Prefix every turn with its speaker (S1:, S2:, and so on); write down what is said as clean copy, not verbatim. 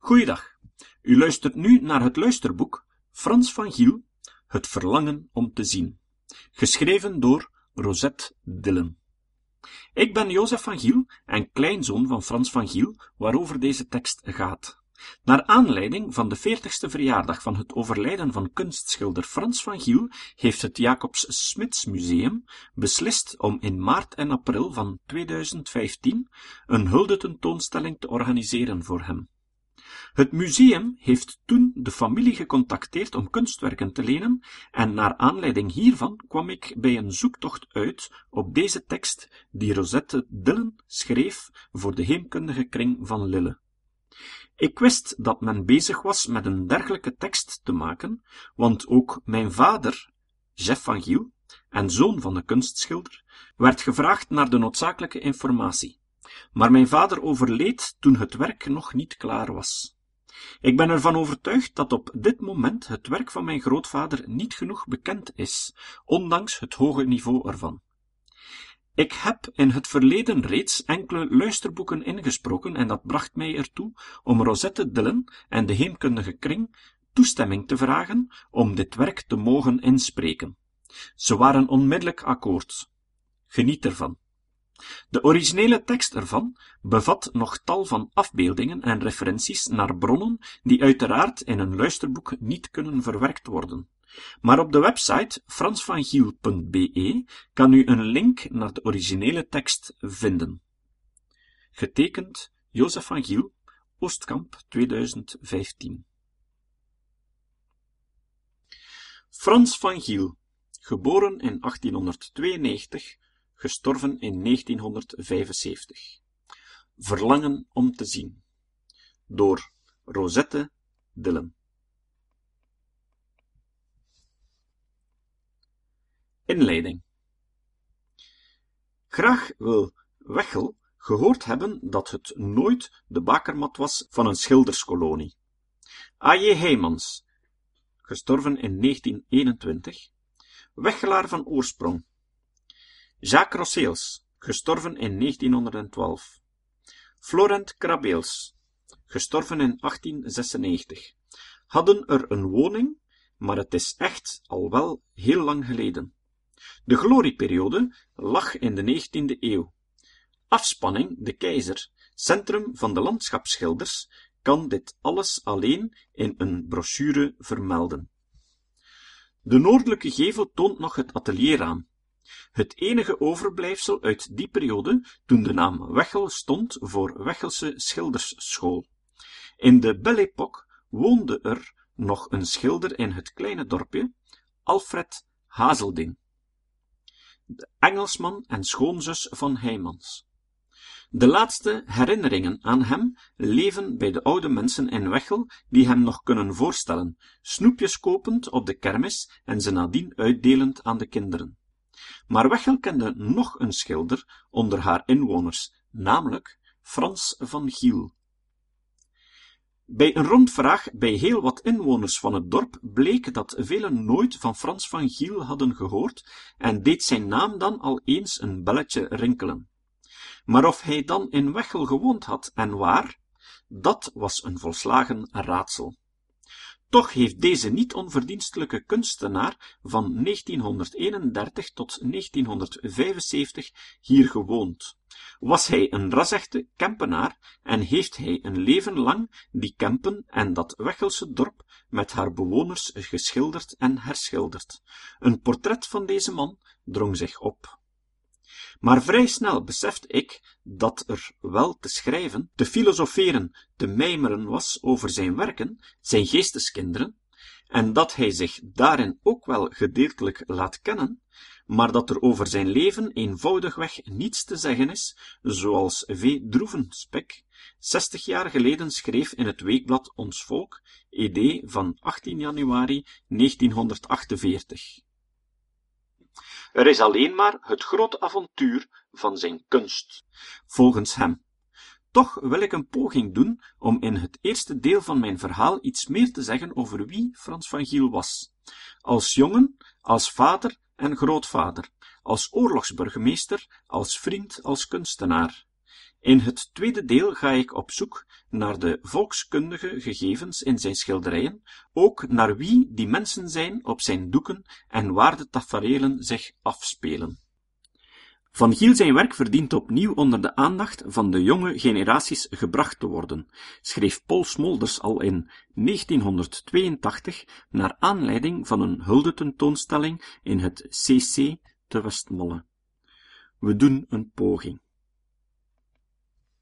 S1: Goeiedag. U luistert nu naar het luisterboek Frans van Giel, Het verlangen om te zien, geschreven door Rosette Dillon. Ik ben Jozef van Giel en kleinzoon van Frans van Giel, waarover deze tekst gaat. Naar aanleiding van de 40ste verjaardag van het overlijden van kunstschilder Frans van Giel heeft het Jacobs Smits Museum beslist om in maart en april van 2015 een huldetentoonstelling te organiseren voor hem. Het museum heeft toen de familie gecontacteerd om kunstwerken te lenen en naar aanleiding hiervan kwam ik bij een zoektocht uit op deze tekst die Rosette Dillon schreef voor de heemkundige kring van Lille. Ik wist dat men bezig was met een dergelijke tekst te maken, want ook mijn vader, Jeff van Giel, en zoon van de kunstschilder, werd gevraagd naar de noodzakelijke informatie. Maar mijn vader overleed toen het werk nog niet klaar was. Ik ben ervan overtuigd dat op dit moment het werk van mijn grootvader niet genoeg bekend is, ondanks het hoge niveau ervan. Ik heb in het verleden reeds enkele luisterboeken ingesproken en dat bracht mij ertoe om Rosette Dillon en de heemkundige kring toestemming te vragen om dit werk te mogen inspreken. Ze waren onmiddellijk akkoord. Geniet ervan. De originele tekst ervan bevat nog tal van afbeeldingen en referenties naar bronnen die uiteraard in een luisterboek niet kunnen verwerkt worden. Maar op de website fransvangiel.be kan u een link naar de originele tekst vinden. Getekend Jozef van Giel, Oostkamp 2015. Frans van Giel, geboren in 1892, gestorven in 1975. Verlangen om te zien. Door Rosette Dillon. Inleiding. Graag wil Wechel gehoord hebben dat het nooit de bakermat was van een schilderskolonie. A.J. Heijmans, gestorven in 1921, Wechelaar van oorsprong. Jacques Rosseels, gestorven in 1912. Florent Crabeels, gestorven in 1896, hadden er een woning, maar het is echt al wel heel lang geleden. De glorieperiode lag in de 19e eeuw. Afspanning, de keizer, centrum van de landschapsschilders, kan dit alles alleen in een brochure vermelden. De noordelijke gevel toont nog het atelier aan. Het enige overblijfsel uit die periode, toen de naam Wechel stond voor Wechelse Schildersschool. In de Belle Époque woonde er nog een schilder in het kleine dorpje, Alfred Hazelding, de Engelsman en schoonzus van Heijmans. De laatste herinneringen aan hem leven bij de oude mensen in Wechel, die hem nog kunnen voorstellen, snoepjes kopend op de kermis en ze nadien uitdelend aan de kinderen. Maar Wechel kende nog een schilder onder haar inwoners, namelijk Frans van Giel. Bij een rondvraag bij heel wat inwoners van het dorp bleek dat velen nooit van Frans van Giel hadden gehoord en deed zijn naam dan al eens een belletje rinkelen. Maar of hij dan in Wechel gewoond had en waar, dat was een volslagen raadsel. Toch heeft deze niet onverdienstelijke kunstenaar van 1931 tot 1975 hier gewoond. Was hij een rasechte Kempenaar en heeft hij een leven lang die Kempen en dat Wechelse dorp met haar bewoners geschilderd en herschilderd. Een portret van deze man drong zich op. Maar vrij snel besefte ik dat er wel te schrijven, te filosoferen, te mijmeren was over zijn werken, zijn geesteskinderen, en dat hij zich daarin ook wel gedeeltelijk laat kennen, maar dat er over zijn leven eenvoudigweg niets te zeggen is, zoals V. Droevenspek 60 jaar geleden schreef in het weekblad Ons Volk, ed. van 18 januari 1948. Er is alleen maar het grote avontuur van zijn kunst, volgens hem. Toch wil ik een poging doen om in het eerste deel van mijn verhaal iets meer te zeggen over wie Frans van Giel was. Als jongen, als vader en grootvader, als oorlogsburgemeester, als vriend, als kunstenaar. In het tweede deel ga ik op zoek naar de volkskundige gegevens in zijn schilderijen, ook naar wie die mensen zijn op zijn doeken en waar de taferelen zich afspelen. Van Giel zijn werk verdient opnieuw onder de aandacht van de jonge generaties gebracht te worden, schreef Paul Smolders al in 1982 naar aanleiding van een huldetentoonstelling in het CC te Westmalle. We doen een poging.